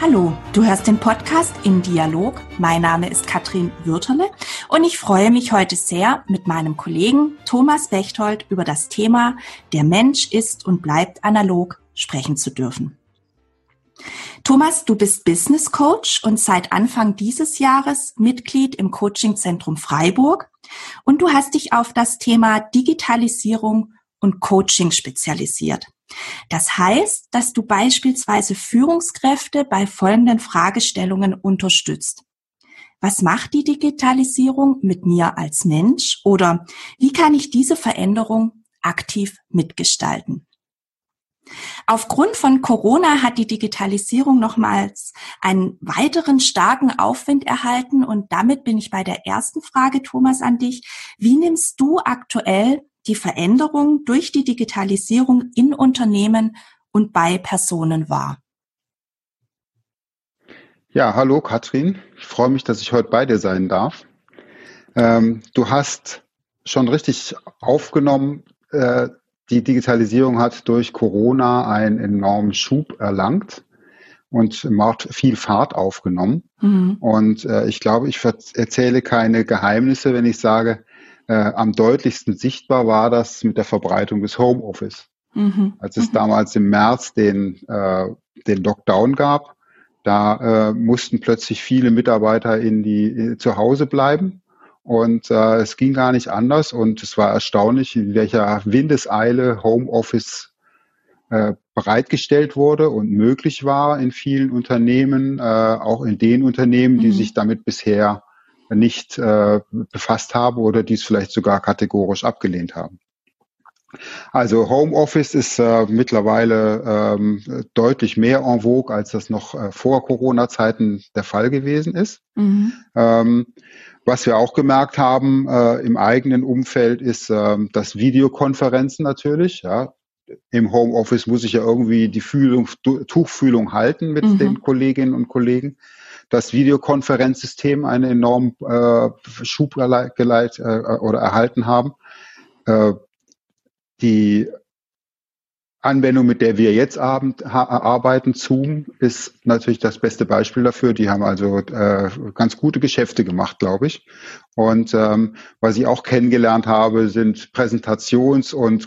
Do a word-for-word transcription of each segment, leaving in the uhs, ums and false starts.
Hallo, du hörst den Podcast Im Dialog. Mein Name ist Katrin Würterle und ich freue mich heute sehr, mit meinem Kollegen Thomas Bechtold über das Thema Der Mensch ist und bleibt analog sprechen zu dürfen. Thomas, du bist Business Coach und seit Anfang dieses Jahres Mitglied im Coachingzentrum Freiburg und du hast dich auf das Thema Digitalisierung und Coaching spezialisiert. Das heißt, dass du beispielsweise Führungskräfte bei folgenden Fragestellungen unterstützt. Was macht die Digitalisierung mit mir als Mensch? Oder wie kann ich diese Veränderung aktiv mitgestalten? Aufgrund von Corona hat die Digitalisierung nochmals einen weiteren starken Aufwind erhalten und damit bin ich bei der ersten Frage, Thomas, an dich. Wie nimmst du aktuell die Veränderung durch die Digitalisierung in Unternehmen und bei Personen wahr? Ja, hallo Katrin. Ich freue mich, dass ich heute bei dir sein darf. Ähm, du hast schon richtig aufgenommen, äh, die Digitalisierung hat durch Corona einen enormen Schub erlangt und macht viel Fahrt aufgenommen. Mhm. Und äh, ich glaube, ich erzähle keine Geheimnisse, wenn ich sage, äh, am deutlichsten sichtbar war das mit der Verbreitung des Homeoffice. Mhm. Als es mhm. damals im März den, äh, den Lockdown gab, da äh, mussten plötzlich viele Mitarbeiter in die in, zu Hause bleiben. Und äh, es ging gar nicht anders und es war erstaunlich, in welcher Windeseile Homeoffice äh, bereitgestellt wurde und möglich war in vielen Unternehmen, äh, auch in den Unternehmen, die mhm. sich damit bisher nicht äh, befasst haben oder die es vielleicht sogar kategorisch abgelehnt haben. Also Homeoffice ist äh, mittlerweile ähm, deutlich mehr en vogue, als das noch äh, vor Corona-Zeiten der Fall gewesen ist. Mhm. Ähm, was wir auch gemerkt haben äh, im eigenen Umfeld ist, äh, dass Videokonferenzen natürlich, ja, im Homeoffice muss ich ja irgendwie die Fühlung, Tuchfühlung halten mit mhm. den Kolleginnen und Kollegen. Das Videokonferenzsystem einen enormen äh, Schub geleit, äh, oder erhalten haben. Äh, die Anwendung, mit der wir jetzt abend, ha, arbeiten, Zoom, ist natürlich das beste Beispiel dafür. Die haben also äh, ganz gute Geschäfte gemacht, glaube ich. Und ähm, was ich auch kennengelernt habe, sind Präsentations- und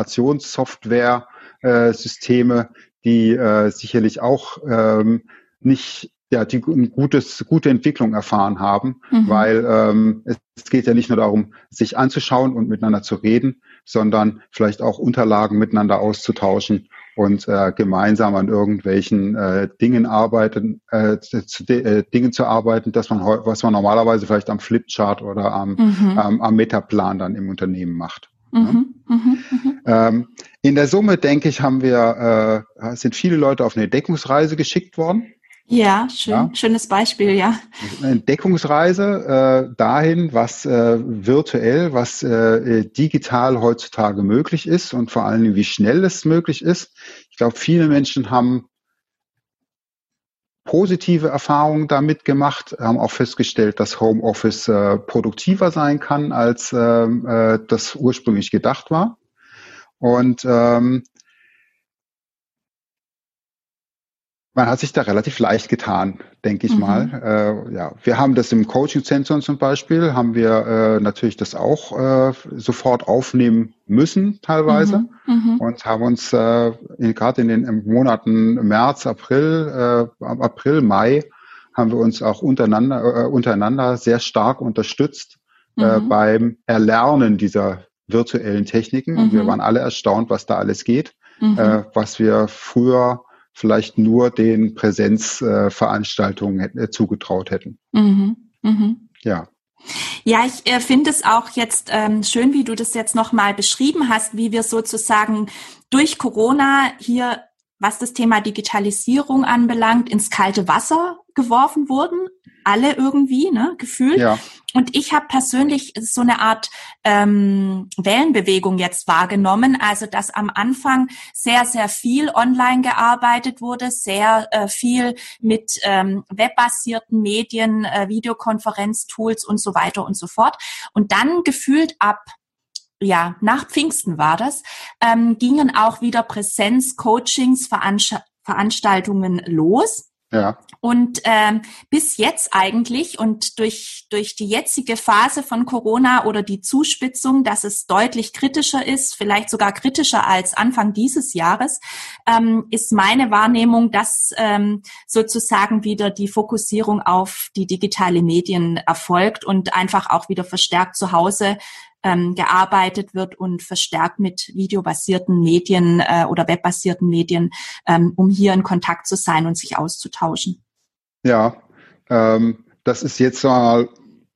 Kollaborationssoftware-Systeme, die äh, sicherlich auch ähm, nicht ja, die ein gutes, gute Entwicklung erfahren haben, mhm. weil ähm, es, es geht ja nicht nur darum, sich anzuschauen und miteinander zu reden, sondern vielleicht auch Unterlagen miteinander auszutauschen und äh, gemeinsam an irgendwelchen äh, Dingen arbeiten, äh, zu, äh, Dingen zu arbeiten, dass man was man normalerweise vielleicht am Flipchart oder am, mhm. ähm, am Metaplan dann im Unternehmen macht. Mhm. Ja? Mhm. Mhm. Ähm, in der Summe, denke ich, haben wir äh, sind viele Leute auf eine Entdeckungsreise geschickt worden. Ja, schön, ja. Schönes Beispiel, ja. Eine Entdeckungsreise äh, dahin, was äh, virtuell, was äh, digital heutzutage möglich ist und vor allen Dingen, wie schnell es möglich ist. Ich glaube, viele Menschen haben positive Erfahrungen damit gemacht, haben auch festgestellt, dass Homeoffice äh, produktiver sein kann, als äh, äh, das ursprünglich gedacht war. Und ähm, man hat sich da relativ leicht getan, denke ich mhm. mal. Äh, ja, wir haben das im Coaching-Zentrum zum Beispiel, haben wir äh, natürlich das auch äh, sofort aufnehmen müssen teilweise mhm. und haben uns äh, gerade in den Monaten März, April, äh, April, Mai haben wir uns auch untereinander, äh, untereinander sehr stark unterstützt mhm. äh, beim Erlernen dieser virtuellen Techniken. Mhm. Und wir waren alle erstaunt, was da alles geht, mhm. äh, was wir früher vielleicht nur den Präsenzveranstaltungen äh, zugetraut hätten. Mhm. Mhm. Ja. Ja, ich äh, finde es auch jetzt ähm, schön, wie du das jetzt nochmal beschrieben hast, wie wir sozusagen durch Corona hier, was das Thema Digitalisierung anbelangt, ins kalte Wasser geworfen wurden. Alle irgendwie, ne, gefühlt. Ja. Und ich habe persönlich so eine Art ähm, Wellenbewegung jetzt wahrgenommen, also dass am Anfang sehr, sehr viel online gearbeitet wurde, sehr äh, viel mit ähm, webbasierten Medien, äh, Videokonferenztools und so weiter und so fort. Und dann gefühlt ab ja, nach Pfingsten war das, ähm, gingen auch wieder Präsenz-Coachings, Veranst- Veranstaltungen los. Ja. Und ähm, bis jetzt eigentlich und durch durch die jetzige Phase von Corona oder die Zuspitzung, dass es deutlich kritischer ist, vielleicht sogar kritischer als Anfang dieses Jahres, ähm, ist meine Wahrnehmung, dass ähm, sozusagen wieder die Fokussierung auf die digitale Medien erfolgt und einfach auch wieder verstärkt zu Hause ähm, gearbeitet wird und verstärkt mit videobasierten Medien äh, oder webbasierten Medien, ähm, um hier in Kontakt zu sein und sich auszutauschen. Ja, ähm, das ist jetzt mal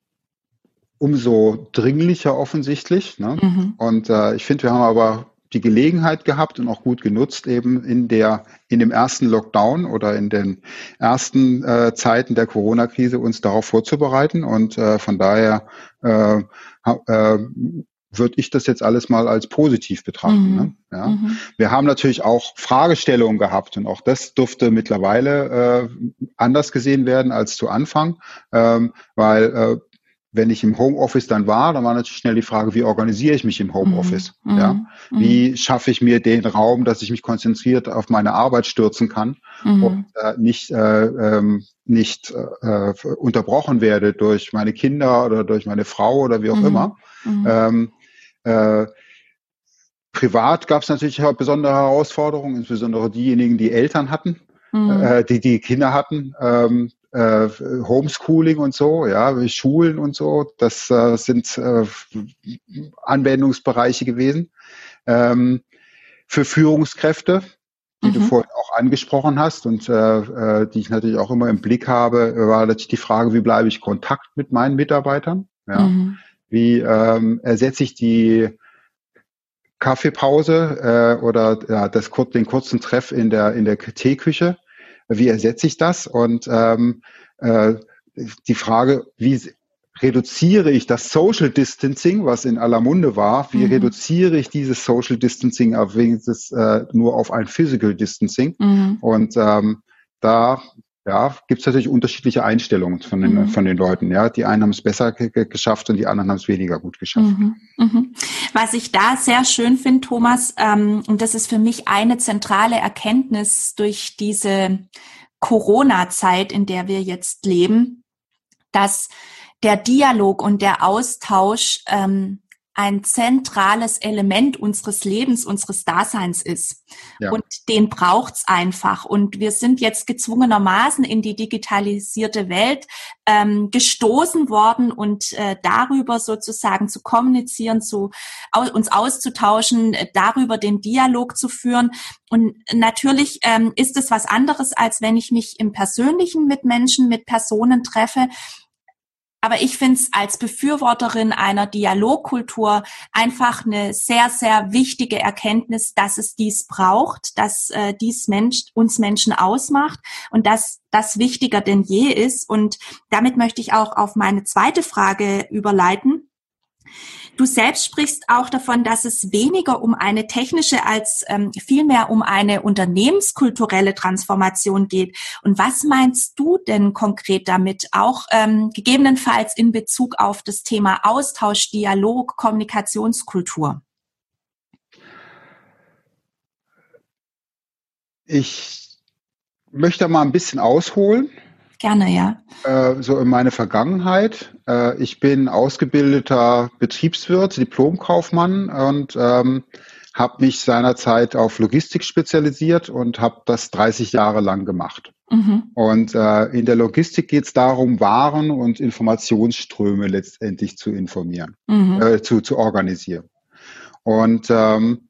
umso dringlicher offensichtlich, ne? Mhm. Und äh, ich finde, wir haben aber die Gelegenheit gehabt und auch gut genutzt, eben in der in dem ersten Lockdown oder in den ersten äh, Zeiten der Corona-Krise uns darauf vorzubereiten. Und äh, von daher äh, äh, würde ich das jetzt alles mal als positiv betrachten. Mhm. Ne? Ja. Mhm. Wir haben natürlich auch Fragestellungen gehabt und auch das dürfte mittlerweile äh, anders gesehen werden als zu Anfang, ähm, weil äh, wenn ich im Homeoffice dann war, dann war natürlich schnell die Frage, wie organisiere ich mich im Homeoffice? Mhm. Ja? Mhm. Wie schaffe ich mir den Raum, dass ich mich konzentriert auf meine Arbeit stürzen kann Mhm. und äh, nicht, äh, ähm, nicht äh, unterbrochen werde durch meine Kinder oder durch meine Frau oder wie auch Mhm. immer. Mhm. Ähm, äh, privat gab es natürlich auch besondere Herausforderungen, insbesondere diejenigen, die Eltern hatten, Mhm. äh, die die Kinder hatten. Ähm, äh, Homeschooling und so, ja, Schulen und so, das äh, sind äh, Anwendungsbereiche gewesen. Ähm, für Führungskräfte, die du Mhm. vorhin auch angesprochen hast und äh, äh, die ich natürlich auch immer im Blick habe, war natürlich die Frage, wie bleibe ich in Kontakt mit meinen Mitarbeitern? Ja, Mhm. wie ähm, ersetze ich die Kaffeepause äh, oder ja, das, den kurzen Treff in der in der Teeküche? Wie ersetze ich das? Und ähm, äh, die Frage, wie reduziere ich das Social Distancing, was in aller Munde war, wie Mhm. reduziere ich dieses Social Distancing auf wenigstens äh, nur auf ein Physical Distancing? Mhm. Und ähm, da ja, gibt es natürlich unterschiedliche Einstellungen von den, Mhm. von den Leuten. Ja, die einen haben es besser ge geschafft und die anderen haben es weniger gut geschafft. Mhm. Mhm. Was ich da sehr schön finde, Thomas, ähm, und das ist für mich eine zentrale Erkenntnis durch diese Corona-Zeit, in der wir jetzt leben, dass der Dialog und der Austausch ähm, ein zentrales Element unseres Lebens, unseres Daseins ist. Ja. Und den braucht's einfach. Und wir sind jetzt gezwungenermaßen in die digitalisierte Welt ähm, gestoßen worden und äh, darüber sozusagen zu kommunizieren, zu au, uns auszutauschen, äh, darüber den Dialog zu führen. Und natürlich ähm, ist es was anderes, als wenn ich mich im Persönlichen mit Menschen, mit Personen treffe. Aber ich finde es als Befürworterin einer Dialogkultur einfach eine sehr, sehr wichtige Erkenntnis, dass es dies braucht, dass äh, dies Mensch, uns Menschen ausmacht und dass das wichtiger denn je ist. Und damit möchte ich auch auf meine zweite Frage überleiten. Du selbst sprichst auch davon, dass es weniger um eine technische als ähm, vielmehr um eine unternehmenskulturelle Transformation geht. Und was meinst du denn konkret damit, auch ähm, gegebenenfalls in Bezug auf das Thema Austausch, Dialog, Kommunikationskultur? Ich möchte mal ein bisschen ausholen. Gerne, ja. Äh, so in meine Vergangenheit. Äh, ich bin ausgebildeter Betriebswirt, Diplomkaufmann und ähm, habe mich seinerzeit auf Logistik spezialisiert und habe das dreißig Jahre lang gemacht. Mhm. Und äh, in der Logistik geht es darum, Waren und Informationsströme letztendlich zu informieren, Mhm. äh, zu, zu organisieren. Und ähm,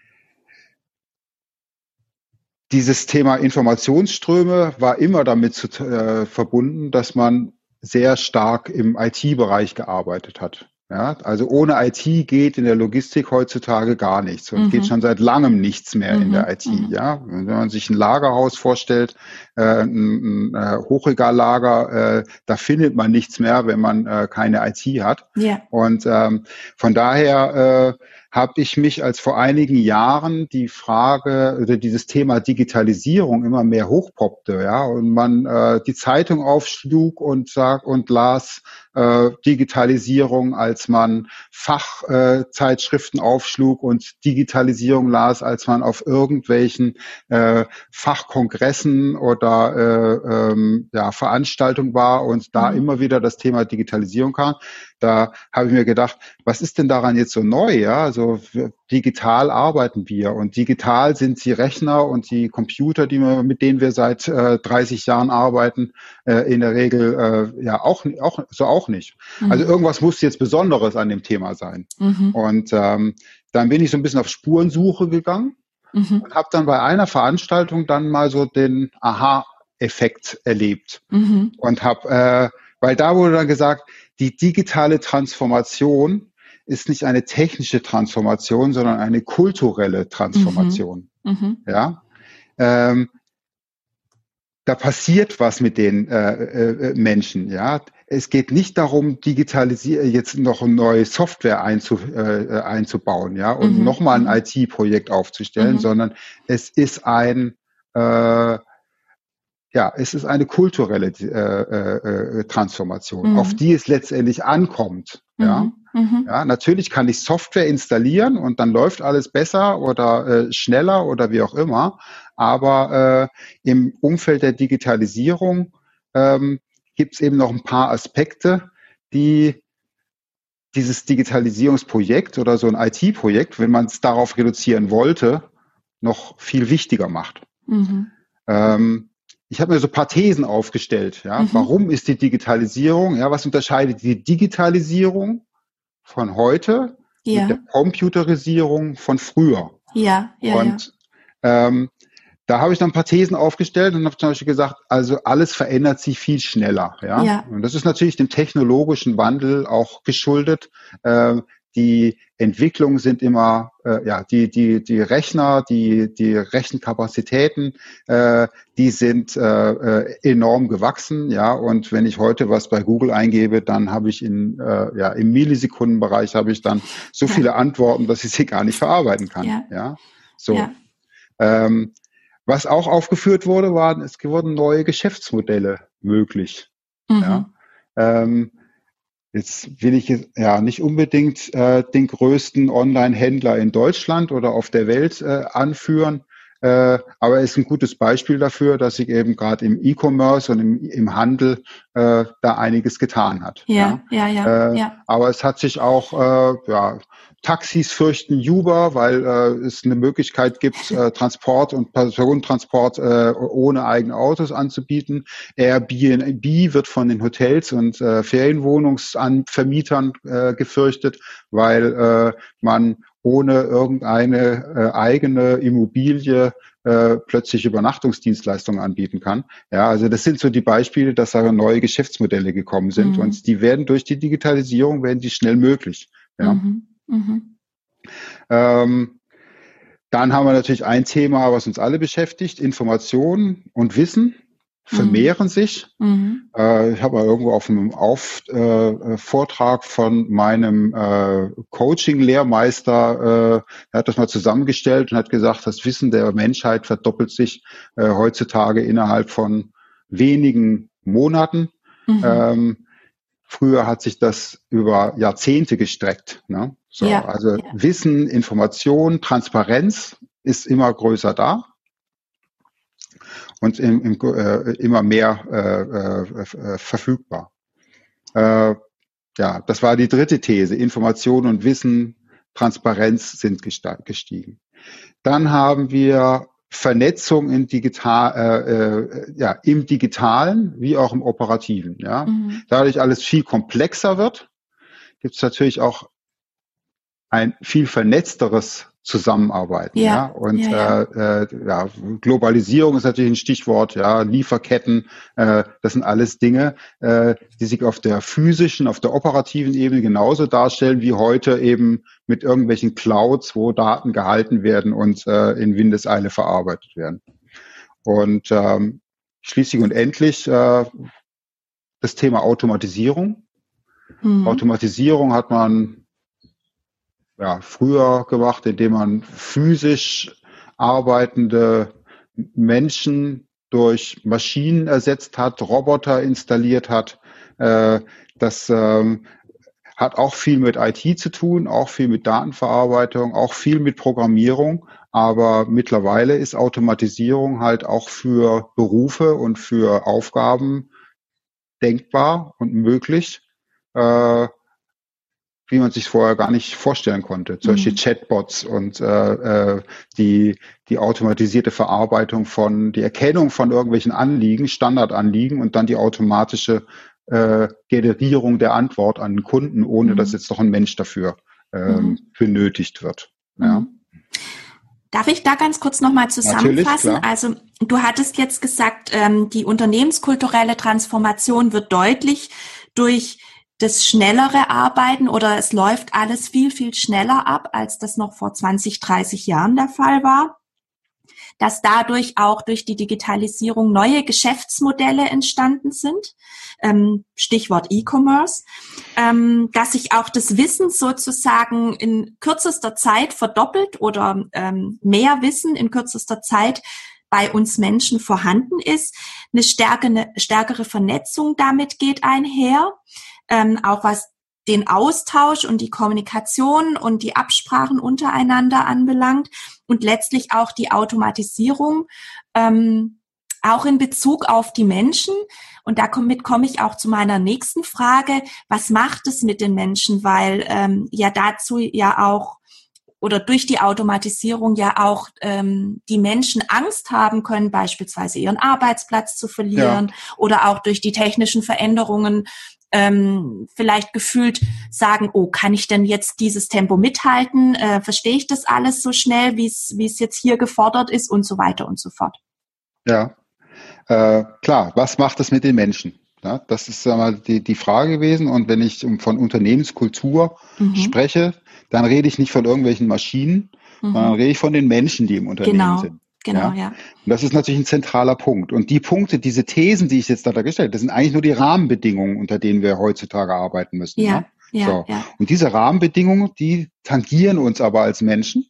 dieses Thema Informationsströme war immer damit zu, äh, verbunden, dass man sehr stark im I T-Bereich gearbeitet hat. Ja, also ohne I T geht in der Logistik heutzutage gar nichts und Mhm. geht schon seit langem nichts mehr Mhm. in der I T. Mhm. Ja, wenn man sich ein Lagerhaus vorstellt, äh, ein, ein äh, Hochregallager, äh, da findet man nichts mehr, wenn man äh, keine I T hat. Ja. Und ähm, von daher äh, habe ich mich, als vor einigen Jahren die Frage oder dieses Thema Digitalisierung immer mehr hochpoppte, ja, und man äh, die Zeitung aufschlug und sagt und las, äh, Digitalisierung, als man Fachzeitschriften äh, aufschlug und Digitalisierung las, als man auf irgendwelchen äh, Fachkongressen oder äh, ähm, ja, Veranstaltungen war und da Mhm. immer wieder das Thema Digitalisierung kam. Da habe ich mir gedacht, was ist denn daran jetzt so neu? Ja, also digital arbeiten wir und digital sind die Rechner und die Computer, die wir, mit denen wir seit äh, dreißig Jahren arbeiten, äh, in der Regel äh, ja auch, auch so auch nicht. Mhm. Also irgendwas muss jetzt Besonderes an dem Thema sein. Mhm. Und ähm, dann bin ich so ein bisschen auf Spurensuche gegangen Mhm. und habe dann bei einer Veranstaltung dann mal so den Aha-Effekt erlebt. Mhm. Und habe, äh, weil da wurde dann gesagt, die digitale Transformation ist nicht eine technische Transformation, sondern eine kulturelle Transformation. Mhm. Ja, ähm, da passiert was mit den äh, äh, Menschen. Ja, es geht nicht darum, digitalisieren, jetzt noch eine neue Software einzu, äh, einzubauen, ja, und Mhm. nochmal Mhm. ein I T-Projekt aufzustellen, Mhm. sondern es ist ein äh, Ja, es ist eine kulturelle äh, äh, Transformation, Mhm. auf die es letztendlich ankommt. Ja, Mhm. Mhm. ja, natürlich kann ich Software installieren und dann läuft alles besser oder äh, schneller oder wie auch immer. Aber äh, im Umfeld der Digitalisierung ähm, gibt es eben noch ein paar Aspekte, die dieses Digitalisierungsprojekt oder so ein I T-Projekt, wenn man es darauf reduzieren wollte, noch viel wichtiger macht. Mhm. Ähm, ich habe mir so ein paar Thesen aufgestellt. Ja, Mhm. warum ist die Digitalisierung? Ja, was unterscheidet die Digitalisierung von heute mit der Ja, Computerisierung von früher? ja, ja, ja. Und ähm, da habe ich dann ein paar Thesen aufgestellt und habe zum Beispiel gesagt, also alles verändert sich viel schneller. Ja, Ja, und das ist natürlich dem technologischen Wandel auch geschuldet. Ähm, die Entwicklungen sind immer, äh, ja, die die die Rechner, die die Rechenkapazitäten, äh, die sind äh, äh, enorm gewachsen. Ja, und wenn ich heute was bei Google eingebe, dann habe ich in äh, ja im Millisekundenbereich habe ich dann so ja, viele Antworten, dass ich sie gar nicht verarbeiten kann. ja, Ja, so. ja. Ähm, was auch aufgeführt wurde, waren, es wurden neue Geschäftsmodelle möglich. Ja, Mhm. ähm, jetzt will ich ja nicht unbedingt äh, den größten Online-Händler in Deutschland oder auf der Welt äh, anführen, äh, aber es ist ein gutes Beispiel dafür, dass sich eben gerade im E-Commerce und im, im Handel äh, da einiges getan hat. Ja, Ja, ja, ja, äh, ja, aber es hat sich auch äh, ja, Taxis fürchten Uber, weil äh, es eine Möglichkeit gibt, äh, Transport und Personentransport äh, ohne eigene Autos anzubieten. Airbnb wird von den Hotels und äh, Ferienwohnungsvermietern äh, gefürchtet, weil äh, man ohne irgendeine äh, eigene Immobilie äh, plötzlich Übernachtungsdienstleistungen anbieten kann. Ja, also das sind so die Beispiele, dass da neue Geschäftsmodelle gekommen sind mhm. und die werden durch die Digitalisierung werden die schnell möglich. Ja. Mhm. Mhm. Ähm, dann haben wir natürlich ein Thema, was uns alle beschäftigt. Information und Wissen Mhm. vermehren sich. Mhm. Äh, ich habe mal irgendwo auf einem auf, äh, Vortrag von meinem äh, Coaching-Lehrmeister, äh, er hat das mal zusammengestellt und hat gesagt, das Wissen der Menschheit verdoppelt sich äh, heutzutage innerhalb von wenigen Monaten. Mhm. Ähm, Früher hat sich das über Jahrzehnte gestreckt. Ne? So, Ja, also ja. Wissen, Information, Transparenz ist immer größer da und im, im, äh, immer mehr äh, äh, verfügbar. Äh, ja, das war die dritte These. Information und Wissen, Transparenz sind gestiegen. Dann haben wir Vernetzung in digital, äh, äh, ja, im Digitalen wie auch im Operativen. Ja, Mhm. dadurch alles viel komplexer wird, gibt es natürlich auch ein viel vernetzteres Zusammenarbeiten, ja. Ja, Und ja, ja. äh, äh, ja, Globalisierung ist natürlich ein Stichwort, ja, Lieferketten, äh, das sind alles Dinge, äh, die sich auf der physischen, auf der operativen Ebene genauso darstellen wie heute eben mit irgendwelchen Clouds, wo Daten gehalten werden und äh, in Windeseile verarbeitet werden. Und ähm, schließlich und endlich äh, das Thema Automatisierung. Mhm. Automatisierung hat man ja, früher gemacht, indem man physisch arbeitende Menschen durch Maschinen ersetzt hat, Roboter installiert hat. Äh, das ähm, hat auch viel mit I T zu tun, auch viel mit Datenverarbeitung, auch viel mit Programmierung. Aber mittlerweile ist Automatisierung halt auch für Berufe und für Aufgaben denkbar und möglich, äh, wie man sich vorher gar nicht vorstellen konnte. Zum Beispiel Mhm. Chatbots und äh, äh, die, die automatisierte Verarbeitung von, die Erkennung von irgendwelchen Anliegen, Standardanliegen und dann die automatische äh, Generierung der Antwort an den Kunden, ohne dass Mhm. jetzt noch ein Mensch dafür ähm, Mhm. benötigt wird. Ja. Mhm. Darf ich da ganz kurz nochmal Natürlich, zusammenfassen? klar. Also du hattest jetzt gesagt, ähm, die unternehmenskulturelle Transformation wird deutlich durch das schnellere Arbeiten oder es läuft alles viel, viel schneller ab, als das noch vor zwanzig, dreißig Jahren der Fall war. Dass dadurch auch durch die Digitalisierung neue Geschäftsmodelle entstanden sind, ähm, Stichwort E-Commerce, ähm, dass sich auch das Wissen sozusagen in kürzester Zeit verdoppelt oder ähm, mehr Wissen in kürzester Zeit bei uns Menschen vorhanden ist. Eine stärkere, stärkere Vernetzung damit geht einher, ähm, auch was den Austausch und die Kommunikation und die Absprachen untereinander anbelangt und letztlich auch die Automatisierung, ähm, auch in Bezug auf die Menschen. Und damit komme ich auch zu meiner nächsten Frage. Was macht es mit den Menschen? Weil ähm, ja dazu ja auch oder durch die Automatisierung ja auch ähm, die Menschen Angst haben können, beispielsweise ihren Arbeitsplatz zu Ja. verlieren oder auch durch die technischen Veränderungen ähm, vielleicht gefühlt sagen, oh, kann ich denn jetzt dieses Tempo mithalten? Äh, verstehe ich das alles so schnell, wie es wie es jetzt hier gefordert ist und so weiter und so fort. Ja. Äh, klar, was macht es mit den Menschen? Ja, das ist sag mal, die, die Frage gewesen. Und wenn ich um- von Unternehmenskultur Mhm. spreche, dann rede ich nicht von irgendwelchen Maschinen, sondern Mhm. rede ich von den Menschen, die im Unternehmen Genau, sind. genau, Ja, ja. und das ist natürlich ein zentraler Punkt. Und die Punkte, diese Thesen, die ich jetzt da dargestellt habe, das sind eigentlich nur die Rahmenbedingungen, unter denen wir heutzutage arbeiten müssen. Ja, Ja, ja, so. ja. Und diese Rahmenbedingungen, die tangieren uns aber als Menschen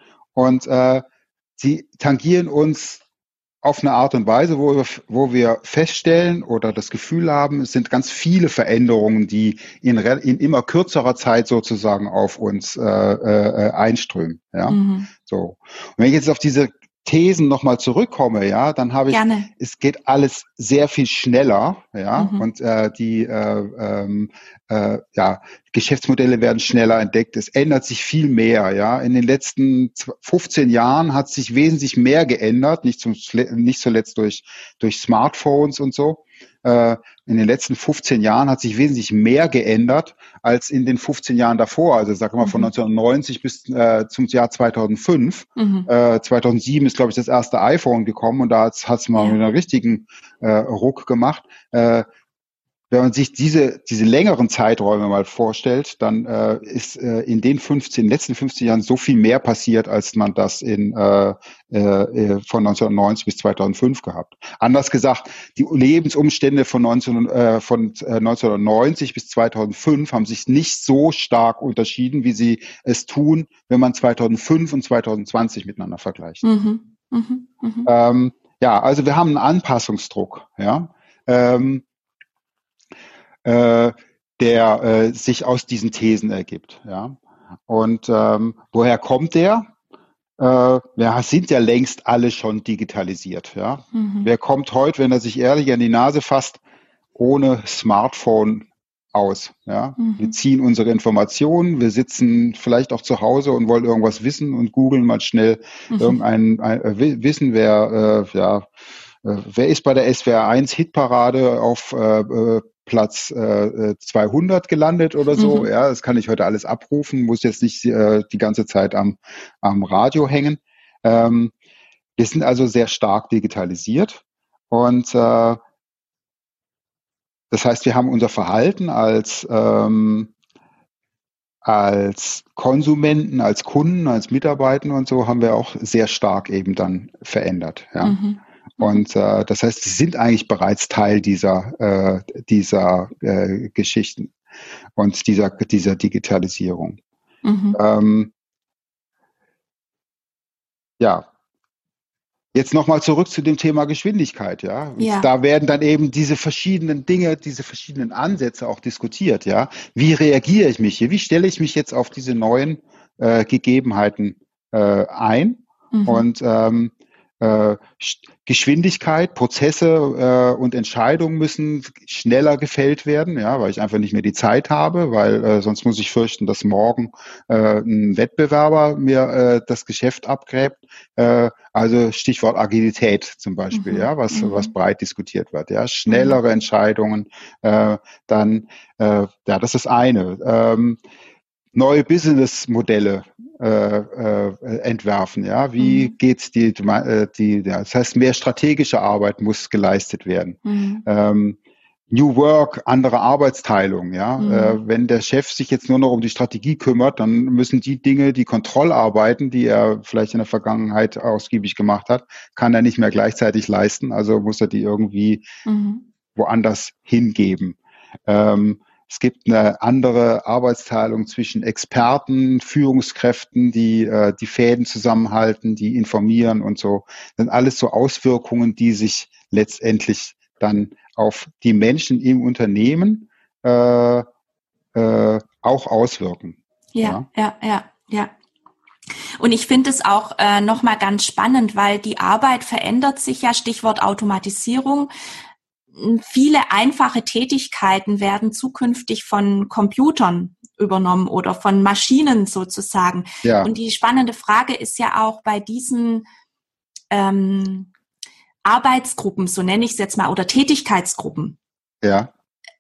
und äh, sie tangieren uns auf eine Art und Weise, wo wir, wo wir feststellen oder das Gefühl haben, es sind ganz viele Veränderungen, die in, in immer kürzerer Zeit sozusagen auf uns äh, äh, einströmen. Ja, Mhm. so. Und wenn ich jetzt auf diese Thesen nochmal zurückkomme, ja, dann habe ich, Gerne. es geht alles sehr viel schneller, ja, Mhm. und äh, die äh, ähm, äh, ja, Geschäftsmodelle werden schneller entdeckt. Es ändert sich viel mehr, ja. In den letzten fünfzehn Jahren hat sich wesentlich mehr geändert, nicht zum nicht zuletzt durch durch Smartphones und so. Äh, in den letzten fünfzehn Jahren hat sich wesentlich mehr geändert als in den fünfzehn Jahren davor. Also sag mal von Mhm. neunzehnhundertneunzig bis äh, zum Jahr zweitausendfünf. Mhm. Äh, zweitausendsieben ist, glaube ich, das erste iPhone gekommen und da hat es mal Ja. mit einer richtigen äh, Ruck gemacht. Äh, wenn man sich diese, diese längeren Zeiträume mal vorstellt, dann äh, ist äh, in den fünfzehn, letzten fünfzehn Jahren so viel mehr passiert, als man das in, äh, äh, von neunzehnhundertneunzig bis zweitausendfünf gehabt. Anders gesagt, die Lebensumstände von, neunzehn, äh, von äh, neunzehnhundertneunzig bis zweitausendfünf haben sich nicht so stark unterschieden, wie sie es tun, wenn man zweitausendfünf und zweitausendzwanzig miteinander vergleicht. Mhm. Mhm. Mhm. Ähm, ja, also wir haben einen Anpassungsdruck, ja. Ähm, äh, der äh, sich aus diesen Thesen ergibt. Ja. Und ähm, woher kommt der? Äh, wir sind ja längst alle schon digitalisiert. Ja. Mhm. Wer kommt heute, wenn er sich ehrlich an die Nase fasst, ohne Smartphone aus? Ja. Wir Mhm. ziehen unsere Informationen, wir sitzen vielleicht auch zu Hause und wollen irgendwas wissen und googeln mal schnell Mhm. irgendein ein, äh, Wissen, wer äh, ja äh, wer ist bei der S W R eins Hitparade auf äh, äh, Platz äh, zweihundert gelandet oder so? Mhm. Ja, das kann ich heute alles abrufen, muss jetzt nicht äh, die ganze Zeit am, am Radio hängen. Ähm, wir sind also sehr stark digitalisiert und äh, das heißt, wir haben unser Verhalten als ähm, als Konsumenten, als Kunden, als Mitarbeiter und so haben wir auch sehr stark eben dann verändert. Ja. Mhm. Mhm. Und äh, das heißt, sie sind eigentlich bereits Teil dieser, äh, dieser äh, Geschichten und dieser, dieser Digitalisierung. Mhm. Ähm, ja, Jetzt nochmal zurück zu dem Thema Geschwindigkeit, ja. Und Ja. da werden dann eben diese verschiedenen Dinge, diese verschiedenen Ansätze auch diskutiert, ja. Wie reagiere ich mich hier? Wie stelle ich mich jetzt auf diese neuen äh, Gegebenheiten äh, ein? Mhm. Und ähm, äh, Geschwindigkeit, Prozesse äh, und Entscheidungen müssen schneller gefällt werden, ja, weil ich einfach nicht mehr die Zeit habe, weil äh, sonst muss ich fürchten, dass morgen äh, ein Wettbewerber mir äh, das Geschäft abgräbt. Äh, also Stichwort Agilität zum Beispiel, Mhm. ja, was Mhm. was breit diskutiert wird, ja, schnellere Entscheidungen, äh, dann äh, ja, das ist das eine. Ähm, neue Businessmodelle äh, äh, entwerfen. Ja, wie Mhm. geht's die, die, die ja, das heißt, mehr strategische Arbeit muss geleistet werden. Mhm. Ähm, New Work, andere Arbeitsteilung. Ja, Mhm. äh, wenn der Chef sich jetzt nur noch um die Strategie kümmert, dann müssen die Dinge, die Kontrollarbeiten, die er vielleicht in der Vergangenheit ausgiebig gemacht hat, kann er nicht mehr gleichzeitig leisten. Also muss er die irgendwie Mhm. woanders hingeben. Ähm, Es gibt eine andere Arbeitsteilung zwischen Experten, Führungskräften, die äh, die Fäden zusammenhalten, die informieren und so. Das sind alles so Auswirkungen, die sich letztendlich dann auf die Menschen im Unternehmen äh, äh, auch auswirken. Ja, Ja, ja, ja, ja. Und ich finde es auch äh, nochmal ganz spannend, weil die Arbeit verändert sich ja, Stichwort Automatisierung. Viele einfache Tätigkeiten werden zukünftig von Computern übernommen oder von Maschinen sozusagen. ja, Und die spannende Frage ist ja auch bei diesen ähm, Arbeitsgruppen, so nenne ich es jetzt mal, oder Tätigkeitsgruppen. ja.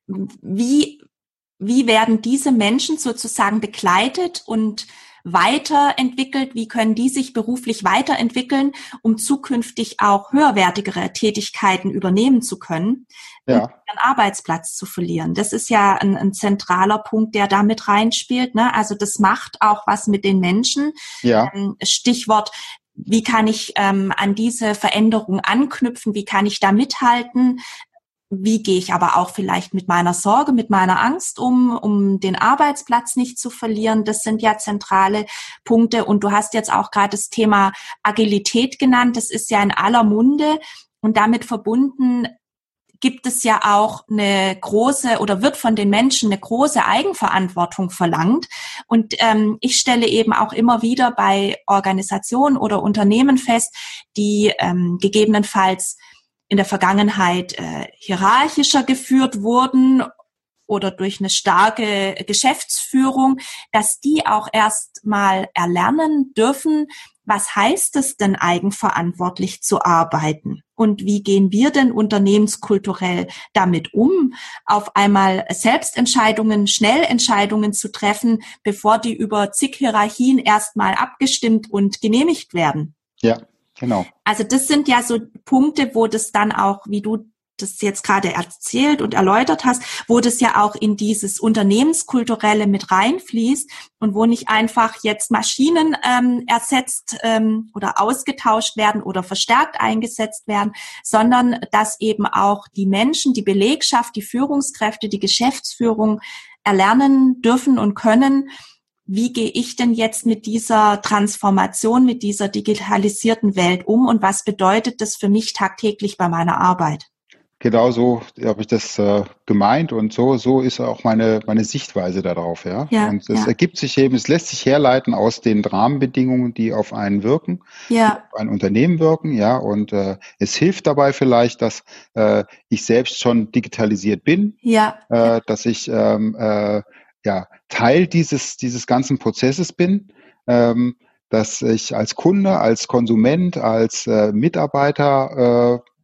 Wie, wie werden diese Menschen sozusagen begleitet und weiterentwickelt? Wie können die sich beruflich weiterentwickeln, um zukünftig auch höherwertigere Tätigkeiten übernehmen zu können und Ja, ihren Arbeitsplatz zu verlieren? Das ist ja ein, ein zentraler Punkt, der da mit reinspielt, ne? Also das macht auch was mit den Menschen. ja, Ähm, Stichwort, wie kann ich ähm, an diese Veränderung anknüpfen? Wie kann ich da mithalten? Wie gehe ich aber auch vielleicht mit meiner Sorge, mit meiner Angst um, um den Arbeitsplatz nicht zu verlieren? Das sind ja zentrale Punkte. Und du hast jetzt auch gerade das Thema Agilität genannt. Das ist ja in aller Munde. Und damit verbunden gibt es ja auch eine große oder wird von den Menschen eine große Eigenverantwortung verlangt. Und ähm, ich stelle eben auch immer wieder bei Organisationen oder Unternehmen fest, die ähm, gegebenenfalls in der Vergangenheit äh, hierarchischer geführt wurden oder durch eine starke Geschäftsführung, dass die auch erst mal erlernen dürfen, was heißt es denn eigenverantwortlich zu arbeiten? Und wie gehen wir denn unternehmenskulturell damit um, auf einmal Selbstentscheidungen, Schnellentscheidungen zu treffen, bevor die über zig Hierarchien erstmal abgestimmt und genehmigt werden? ja, genau. Also das sind ja so Punkte, wo das dann auch, wie du das jetzt gerade erzählt und erläutert hast, wo das ja auch in dieses Unternehmenskulturelle mit reinfließt und wo nicht einfach jetzt Maschinen ähm, ersetzt ähm, oder ausgetauscht werden oder verstärkt eingesetzt werden, sondern dass eben auch die Menschen, die Belegschaft, die Führungskräfte, die Geschäftsführung erlernen dürfen und können, wie gehe ich denn jetzt mit dieser Transformation, mit dieser digitalisierten Welt um und was bedeutet das für mich tagtäglich bei meiner Arbeit? Genau so habe ich das äh, gemeint und so so ist auch meine meine Sichtweise darauf, ja. Ja, Und es ja, ergibt sich eben, es lässt sich herleiten aus den Rahmenbedingungen, die auf einen wirken, die ja, auf ein Unternehmen wirken, ja. Und äh, es hilft dabei vielleicht, dass äh, ich selbst schon digitalisiert bin, ja, ja, äh, dass ich ähm, äh, ja Teil dieses dieses ganzen Prozesses bin, ähm, dass ich als Kunde, als Konsument, als äh, Mitarbeiter äh,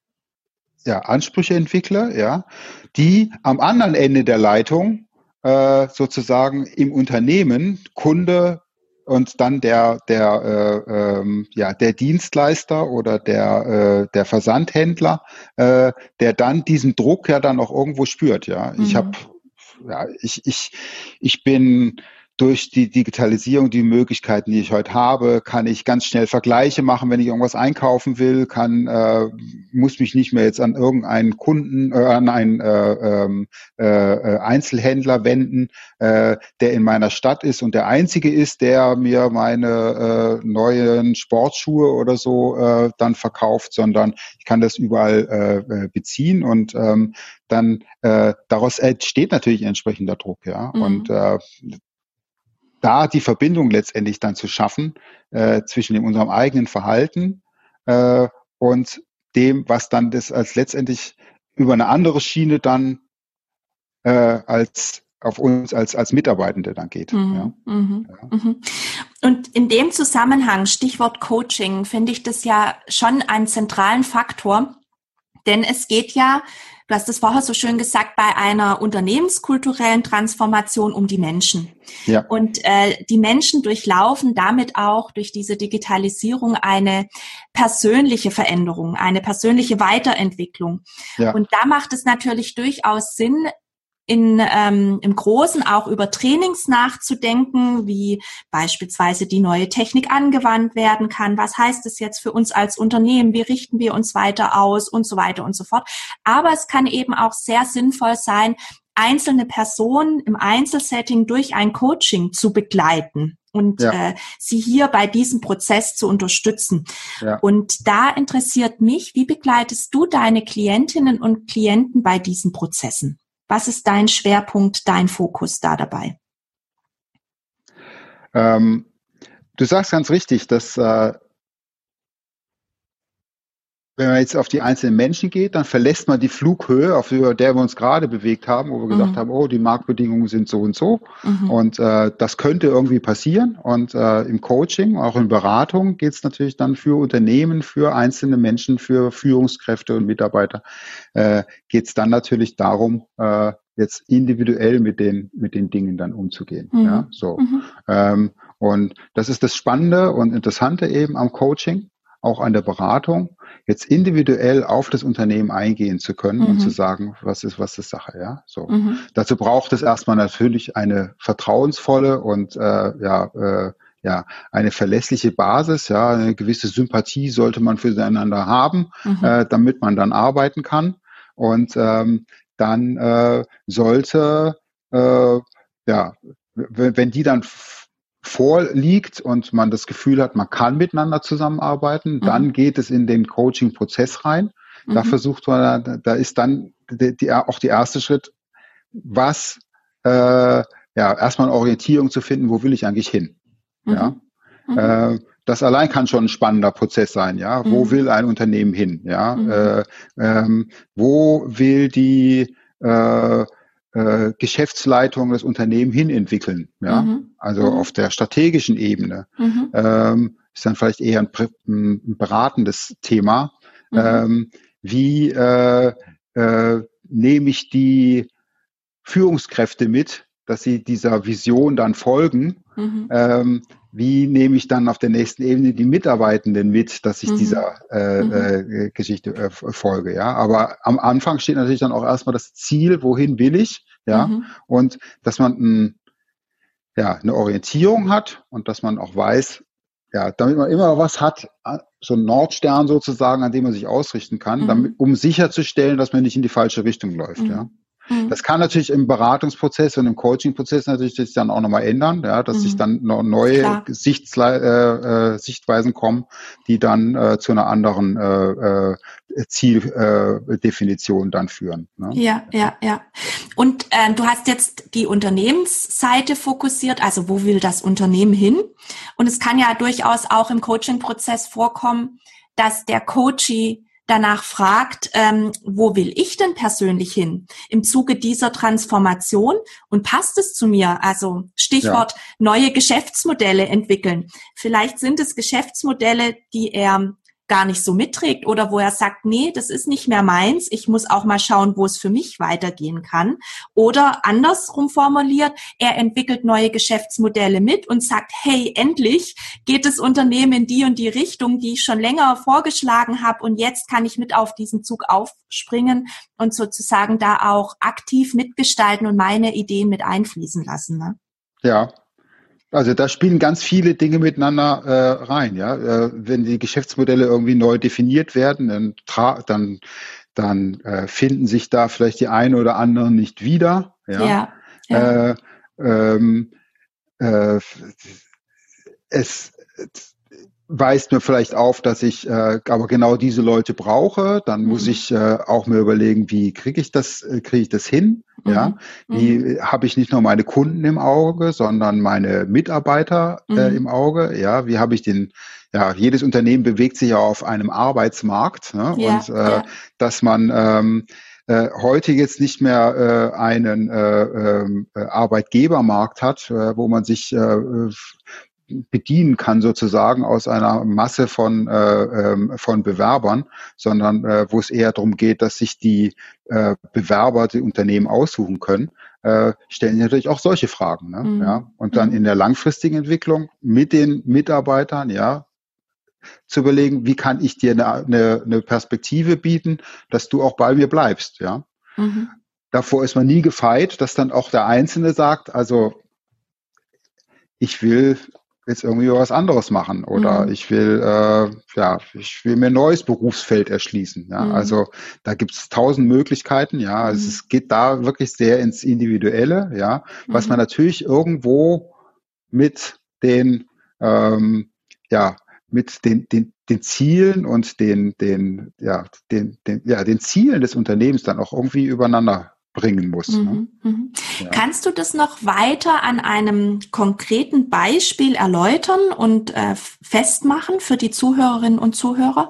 ja, Ansprüche entwickle, ja, die am anderen Ende der Leitung äh, sozusagen im Unternehmen Kunde und dann der der äh, ähm, ja der Dienstleister oder der äh, der Versandhändler, äh, der dann diesen Druck ja dann auch irgendwo spürt, ja. Ich habe mhm. ja ich ich ich bin durch die Digitalisierung, die Möglichkeiten, die ich heute habe, kann ich ganz schnell Vergleiche machen, wenn ich irgendwas einkaufen will, kann äh, muss mich nicht mehr jetzt an irgendeinen Kunden, äh, an einen äh, äh, Einzelhändler wenden, äh, der in meiner Stadt ist und der einzige ist, der mir meine äh, neuen Sportschuhe oder so äh, dann verkauft, sondern ich kann das überall äh, beziehen und ähm, dann äh, daraus entsteht natürlich entsprechender Druck, ja. Mhm. Und äh, da die Verbindung letztendlich dann zu schaffen äh, zwischen dem, unserem eigenen Verhalten äh, und dem, was dann das als letztendlich über eine andere Schiene dann äh, als auf uns als als Mitarbeitende dann geht. Mhm, ja. Mhm, ja. Mhm. Und in dem Zusammenhang, Stichwort Coaching, finde ich das ja schon einen zentralen Faktor, denn es geht ja, du hast es vorher so schön gesagt, bei einer unternehmenskulturellen Transformation um die Menschen. Ja. Und äh, die Menschen durchlaufen damit auch durch diese Digitalisierung eine persönliche Veränderung, eine persönliche Weiterentwicklung. Ja. Und da macht es natürlich durchaus Sinn, in ähm, im Großen auch über Trainings nachzudenken, wie beispielsweise die neue Technik angewandt werden kann. Was heißt es jetzt für uns als Unternehmen? Wie richten wir uns weiter aus und so weiter und so fort. Aber es kann eben auch sehr sinnvoll sein, einzelne Personen im Einzelsetting durch ein Coaching zu begleiten und ja. äh, sie hier bei diesem Prozess zu unterstützen. Ja. Und da interessiert mich, wie begleitest du deine Klientinnen und Klienten bei diesen Prozessen? Was ist dein Schwerpunkt, dein Fokus da dabei? Ähm, du sagst ganz richtig, dass äh, wenn man jetzt auf die einzelnen Menschen geht, dann verlässt man die Flughöhe, auf der wir uns gerade bewegt haben, wo wir mhm. gesagt haben, oh, die Marktbedingungen sind so und so. Mhm. Und äh, das könnte irgendwie passieren. Und äh, im Coaching, auch in Beratung, geht es natürlich dann für Unternehmen, für einzelne Menschen, für Führungskräfte und Mitarbeiter, äh, geht es dann natürlich darum, äh, jetzt individuell mit den mit den Dingen dann umzugehen. Mhm. Ja, so. Mhm. Ähm, und das ist das Spannende und Interessante eben am Coaching, auch an der Beratung, jetzt individuell auf das Unternehmen eingehen zu können mhm. und zu sagen, was ist, was ist Sache, ja. So. Mhm. Dazu braucht es erstmal natürlich eine vertrauensvolle und äh, ja, äh, ja, eine verlässliche Basis, ja, eine gewisse Sympathie sollte man füreinander haben, mhm. äh, damit man dann arbeiten kann. Und ähm, dann äh, sollte äh, ja, w- wenn die dann vorliegt und man das Gefühl hat, man kann miteinander zusammenarbeiten, mhm. dann geht es in den Coaching-Prozess rein. Da mhm. versucht man, da ist dann die, die, auch der erste Schritt, was, äh, ja, erstmal eine Orientierung zu finden, wo will ich eigentlich hin? Mhm. Ja, mhm. Äh, das allein kann schon ein spannender Prozess sein, ja. Mhm. Wo will ein Unternehmen hin? Ja, mhm. äh, ähm, wo will die äh, äh, Geschäftsleitung das Unternehmen hin entwickeln? Ja, mhm. also mhm. auf der strategischen Ebene mhm. ähm, ist dann vielleicht eher ein, ein beratendes Thema. Mhm. Ähm, wie äh, äh, nehme ich die Führungskräfte mit, dass sie dieser Vision dann folgen? Mhm. Ähm, wie nehme ich dann auf der nächsten Ebene die Mitarbeitenden mit, dass ich mhm. dieser äh, mhm. äh, Geschichte äh, folge, ja. Aber am Anfang steht natürlich dann auch erstmal das Ziel, wohin will ich, ja, mhm. und dass man ein, ja, eine Orientierung hat und dass man auch weiß, ja, damit man immer was hat, so ein Nordstern sozusagen, an dem man sich ausrichten kann, mhm. damit, um sicherzustellen, dass man nicht in die falsche Richtung läuft, mhm. ja. Das kann natürlich im Beratungsprozess und im Coachingprozess natürlich sich dann auch nochmal ändern, ja, dass mhm. sich dann noch neue Sichtslei- äh, äh, Sichtweisen kommen, die dann äh, zu einer anderen äh, äh, Zieldefinition äh, dann führen. Ne? Ja, ja, ja. Und äh, du hast jetzt die Unternehmensseite fokussiert, also wo will das Unternehmen hin? Und es kann ja durchaus auch im Coachingprozess vorkommen, dass der Coachee danach fragt, ähm, wo will ich denn persönlich hin im Zuge dieser Transformation und passt es zu mir? Also Stichwort ja. neue Geschäftsmodelle entwickeln. Vielleicht sind es Geschäftsmodelle, die er gar nicht so mitträgt oder wo er sagt, nee, das ist nicht mehr meins, ich muss auch mal schauen, wo es für mich weitergehen kann. Oder andersrum formuliert, er entwickelt neue Geschäftsmodelle mit und sagt, hey, endlich geht das Unternehmen in die und die Richtung, die ich schon länger vorgeschlagen habe und jetzt kann ich mit auf diesen Zug aufspringen und sozusagen da auch aktiv mitgestalten und meine Ideen mit einfließen lassen. Ne? Ja, Also da spielen ganz viele Dinge miteinander äh, rein, ja. Äh, wenn die Geschäftsmodelle irgendwie neu definiert werden, dann tra dann dann äh, finden sich da vielleicht die einen oder anderen nicht wieder, ja. Ja, ja. Äh, ähm, äh, es weist mir vielleicht auf, dass ich äh, aber genau diese Leute brauche. Dann muss Mhm. ich äh, auch mir überlegen, wie kriege ich das, äh, kriege ich das hin? Ja, Mhm. wie Mhm. äh, habe ich nicht nur meine Kunden im Auge, sondern meine Mitarbeiter äh, im Mhm. Auge? Ja, wie habe ich den? Ja, jedes Unternehmen bewegt sich ja auf einem Arbeitsmarkt, ne? Und Ja, äh, ja. dass man ähm, äh, heute jetzt nicht mehr äh, einen äh, ähm, äh, Arbeitgebermarkt hat, äh, wo man sich äh, bedienen kann sozusagen aus einer Masse von äh, ähm, von Bewerbern, sondern äh, wo es eher darum geht, dass sich die äh, Bewerber die Unternehmen aussuchen können, äh, stellen sich natürlich auch solche Fragen, ne? Ja, Mhm. und dann in Mhm. der langfristigen Entwicklung mit den Mitarbeitern, ja, zu überlegen, wie kann ich dir eine, eine, eine Perspektive bieten, dass du auch bei mir bleibst, ja. Mhm. Davor ist man nie gefeit, dass dann auch der Einzelne sagt, also ich will jetzt irgendwie was anderes machen oder Mhm. ich will, äh, ja, ich will mir ein neues Berufsfeld erschließen. Ja, Mhm. also da gibt es tausend Möglichkeiten. Ja, also Mhm. es geht da wirklich sehr ins Individuelle. Ja, was man Mhm. natürlich irgendwo mit den, ähm, ja, mit den, den, den Zielen und den, den, ja, den, den, ja, den Zielen des Unternehmens dann auch irgendwie übereinander bringen muss. Ne? Mhm. Mhm. Ja. Kannst du das noch weiter an einem konkreten Beispiel erläutern und äh, festmachen für die Zuhörerinnen und Zuhörer?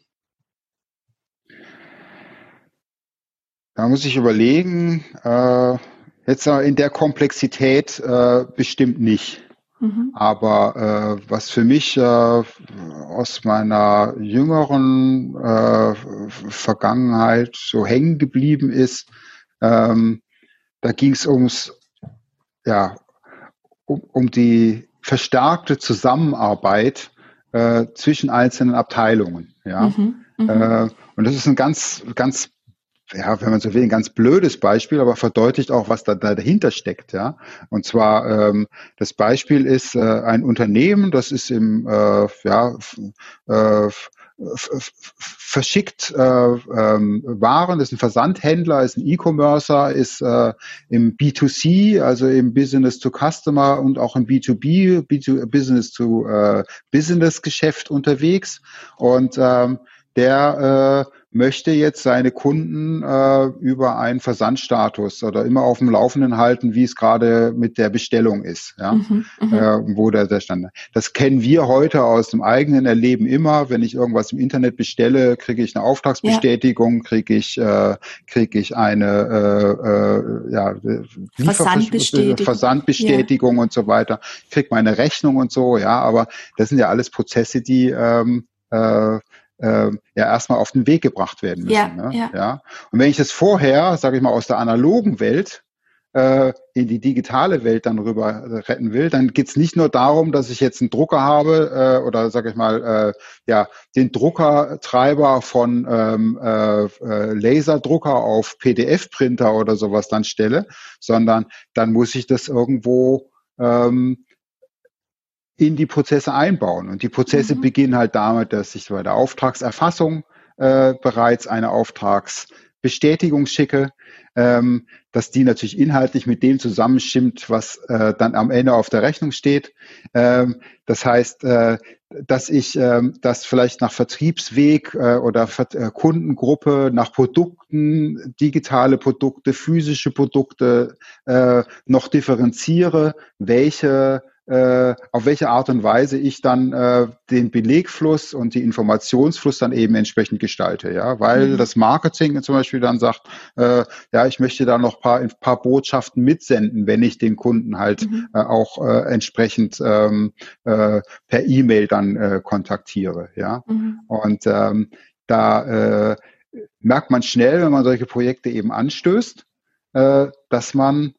Da muss ich überlegen, äh, jetzt äh, in der Komplexität äh, bestimmt nicht. Mhm. Aber äh, was für mich äh, aus meiner jüngeren äh, Vergangenheit so hängen geblieben ist, ähm, da ging es ums, ja, um, um die verstärkte Zusammenarbeit äh, zwischen einzelnen Abteilungen. Ja, Mhm. Mhm. äh, und das ist ein ganz, ganz ja, wenn man so will, ein ganz blödes Beispiel, aber verdeutlicht auch, was da, da dahinter steckt, ja. Und zwar ähm, das Beispiel ist äh, ein Unternehmen, das ist im äh, ja f, äh, f, f, verschickt äh, ähm, Waren, ist ein Versandhändler, ist ein E-Commercer, ist äh, im B zwei C, also im Business to Customer und auch im B zwei B, B zwei, Business to äh, Business Geschäft unterwegs und ähm, der äh, möchte jetzt seine Kunden äh, über einen Versandstatus oder immer auf dem Laufenden halten, wie es gerade mit der Bestellung ist, ja, Mhm. äh, Mhm. wo der, der Stand. Das kennen wir heute aus dem eigenen Erleben immer. Wenn ich irgendwas im Internet bestelle, kriege ich eine Ja, Auftragsbestätigung, kriege ich äh, kriege ich eine äh, äh, ja, Liefervers Versandbestätigung. Ja. Versandbestätigung und so weiter, kriege meine Rechnung und so, ja, aber das sind ja alles Prozesse, die ähm, äh, äh, ja erstmal auf den Weg gebracht werden müssen. Ja, Ne? ja. Ja. Und wenn ich das vorher, sage ich mal, aus der analogen Welt äh, in die digitale Welt dann rüber retten will, dann geht's nicht nur darum, dass ich jetzt einen Drucker habe äh, oder sage ich mal, äh, ja, den Druckertreiber von ähm, äh, äh, Laserdrucker auf P D F-Printer oder sowas dann stelle, sondern dann muss ich das irgendwo ähm, in die Prozesse einbauen. Und die Prozesse Mhm. beginnen halt damit, dass ich bei der Auftragserfassung äh, bereits eine Auftragsbestätigung schicke, ähm, dass die natürlich inhaltlich mit dem zusammenstimmt, was äh, dann am Ende auf der Rechnung steht. Ähm, das heißt, äh, dass ich ähm, das vielleicht nach Vertriebsweg äh, oder Ver äh, Kundengruppe, nach Produkten, digitale Produkte, physische Produkte äh, noch differenziere, welche äh, auf welche Art und Weise ich dann äh, den Belegfluss und die Informationsfluss dann eben entsprechend gestalte, ja, weil Mhm. das Marketing zum Beispiel dann sagt, äh, ja, ich möchte da noch paar, ein paar Botschaften mitsenden, wenn ich den Kunden halt Mhm. äh, auch äh, entsprechend ähm, äh, per E-Mail dann äh, kontaktiere, ja, Mhm. und ähm, da äh, merkt man schnell, wenn man solche Projekte eben anstößt, äh, dass man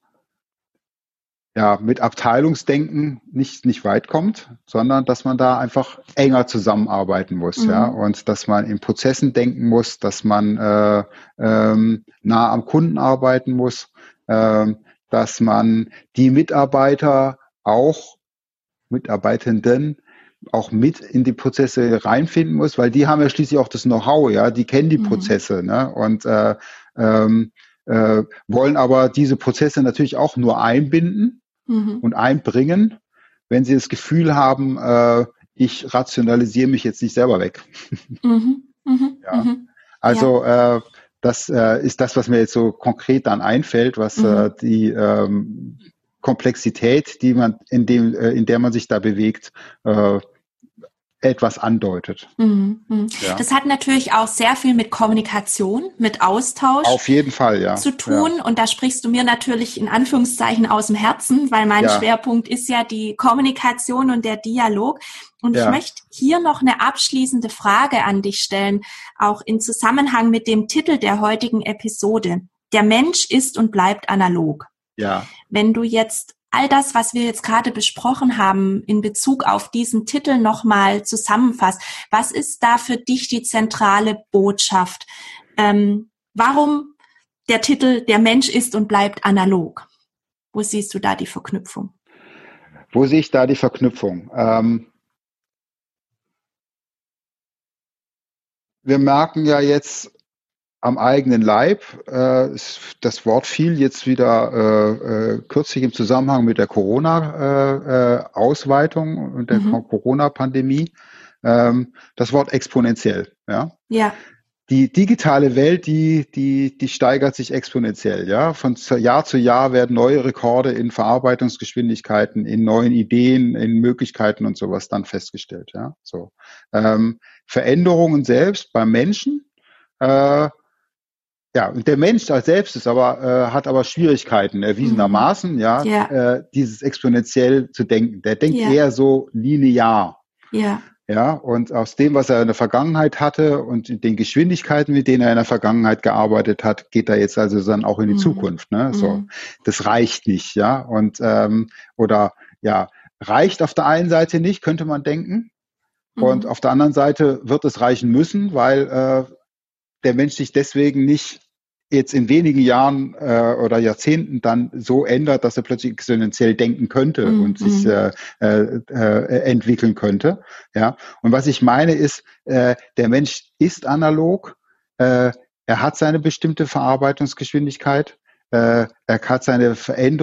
ja, mit Abteilungsdenken nicht, nicht weit kommt, sondern dass man da einfach enger zusammenarbeiten muss, ja, Mhm. und dass man in Prozessen denken muss, dass man äh, ähm, nah am Kunden arbeiten muss, ähm, dass man die Mitarbeiter auch Mitarbeitenden auch mit in die Prozesse reinfinden muss, weil die haben ja schließlich auch das Know-how, ja, die kennen die mhm. Prozesse, ne? Und äh, ähm, äh, wollen aber diese Prozesse natürlich auch nur einbinden mhm. und einbringen, wenn sie das Gefühl haben, äh, ich rationalisiere mich jetzt nicht selber weg. Mhm. Mhm. ja. Mhm. Also ja. äh, das äh, ist das, was mir jetzt so konkret dann einfällt, was mhm. äh, die ähm, Komplexität, die man in dem, äh, in der man sich da bewegt, äh, etwas andeutet. Mhm. Ja. Das hat natürlich auch sehr viel mit Kommunikation, mit Austausch Auf jeden Fall, ja. zu tun. Ja. Und da sprichst du mir natürlich in Anführungszeichen aus dem Herzen, weil mein ja. Schwerpunkt ist ja die Kommunikation und der Dialog. Und ja. ich möchte hier noch eine abschließende Frage an dich stellen, auch in Zusammenhang mit dem Titel der heutigen Episode. Der Mensch ist und bleibt analog. Ja. Wenn du jetzt all das, was wir jetzt gerade besprochen haben, in Bezug auf diesen Titel nochmal zusammenfasst, was ist da für dich die zentrale Botschaft? Ähm, warum der Titel Der Mensch ist und bleibt analog? Wo siehst du da die Verknüpfung? Wo sehe ich da die Verknüpfung? Ähm, wir merken ja jetzt am eigenen Leib, äh, das Wort fiel jetzt wieder äh, äh, kürzlich im Zusammenhang mit der Corona-Ausweitung äh, und der mhm. Corona-Pandemie, ähm, das Wort exponentiell. Ja. Ja. Die digitale Welt, die die die steigert sich exponentiell. Ja, von Jahr zu Jahr werden neue Rekorde in Verarbeitungsgeschwindigkeiten, in neuen Ideen, in Möglichkeiten und sowas dann festgestellt. Ja, so ähm, Veränderungen selbst beim Menschen. Äh, Ja, und der Mensch als selbst ist aber, äh, hat aber Schwierigkeiten, erwiesenermaßen, ja, ja. Äh, dieses exponentiell zu denken. Der denkt ja. eher so linear. Ja. Ja, und aus dem, was er in der Vergangenheit hatte und den Geschwindigkeiten, mit denen er in der Vergangenheit gearbeitet hat, geht er jetzt also dann auch in die mhm. Zukunft, ne, so. Mhm. Das reicht nicht, ja, und, ähm, oder, ja, reicht auf der einen Seite nicht, könnte man denken. Mhm. Und auf der anderen Seite wird es reichen müssen, weil, äh, der Mensch sich deswegen nicht jetzt in wenigen Jahren äh, oder Jahrzehnten dann so ändert, dass er plötzlich exponentiell denken könnte mm, und mm. sich äh, äh, äh, entwickeln könnte. Ja. Und was ich meine ist, äh, der Mensch ist analog, äh, er hat seine bestimmte Verarbeitungsgeschwindigkeit, äh, er hat seine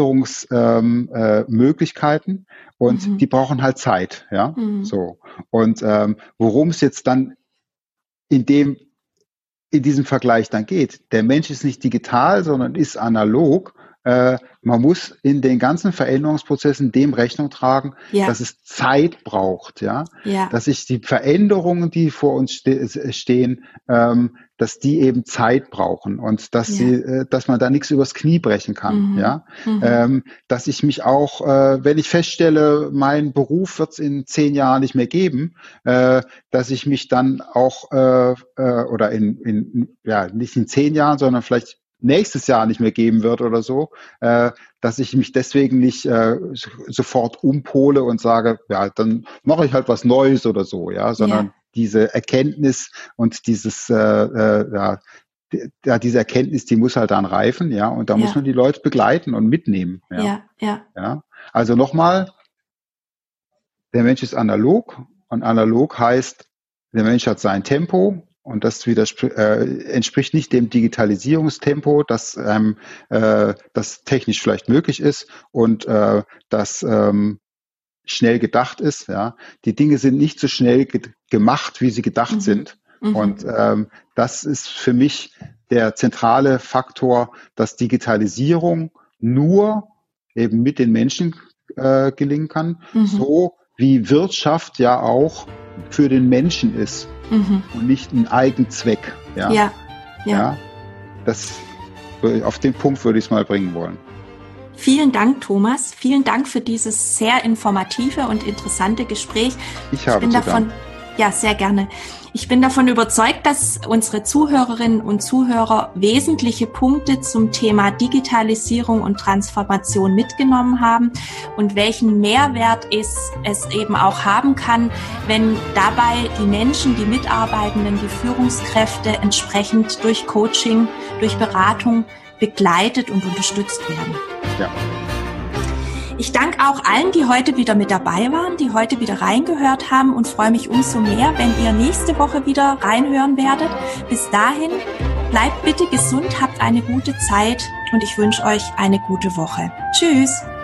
Veränderungsmöglichkeiten ähm, äh, und mm. die brauchen halt Zeit. Ja. Mm. So. Und ähm, worum es jetzt dann in dem in diesem Vergleich dann geht. Der Mensch ist nicht digital, sondern ist analog. Äh, man muss in den ganzen Veränderungsprozessen dem Rechnung tragen, ja. dass es Zeit braucht, ja, ja. dass sich die Veränderungen, die vor uns ste- stehen, ähm, dass die eben Zeit brauchen und dass ja. sie, äh, dass man da nichts übers Knie brechen kann, mhm. ja, mhm. ähm, dass ich mich auch, äh, wenn ich feststelle, mein Beruf wird es in zehn Jahren nicht mehr geben, äh, dass ich mich dann auch äh, äh, oder in, in ja nicht in zehn Jahren, sondern vielleicht nächstes Jahr nicht mehr geben wird oder so, äh, dass ich mich deswegen nicht äh, sofort umpole und sage, ja, dann mache ich halt was Neues oder so, ja, sondern ja. diese Erkenntnis und dieses, äh, äh, ja, die, ja, diese Erkenntnis, die muss halt dann reifen, ja, und da ja. muss man die Leute begleiten und mitnehmen. Ja, ja. ja. ja. Also nochmal, der Mensch ist analog und analog heißt, der Mensch hat sein Tempo. Und das widerspr- äh, entspricht nicht dem Digitalisierungstempo, das, ähm, äh, das technisch vielleicht möglich ist und äh, das ähm, schnell gedacht ist. Ja, die Dinge sind nicht so schnell ge- gemacht, wie sie gedacht mhm. sind. Mhm. Und ähm, das ist für mich der zentrale Faktor, dass Digitalisierung nur eben mit den Menschen äh, gelingen kann, mhm. so wie Wirtschaft ja auch für den Menschen ist. Mhm. Und nicht ein Eigenzweck. Ja, ja, ja. ja das, auf den Punkt würde ich es mal bringen wollen. Vielen Dank, Thomas. Vielen Dank für dieses sehr informative und interessante Gespräch. Ich habe ich bin zu davon, danken. Ja, sehr gerne. Ich bin davon überzeugt, dass unsere Zuhörerinnen und Zuhörer wesentliche Punkte zum Thema Digitalisierung und Transformation mitgenommen haben und welchen Mehrwert es, es eben auch haben kann, wenn dabei die Menschen, die Mitarbeitenden, die Führungskräfte entsprechend durch Coaching, durch Beratung begleitet und unterstützt werden. Ja. Ich danke auch allen, die heute wieder mit dabei waren, die heute wieder reingehört haben und freue mich umso mehr, wenn ihr nächste Woche wieder reinhören werdet. Bis dahin, bleibt bitte gesund, habt eine gute Zeit und ich wünsche euch eine gute Woche. Tschüss!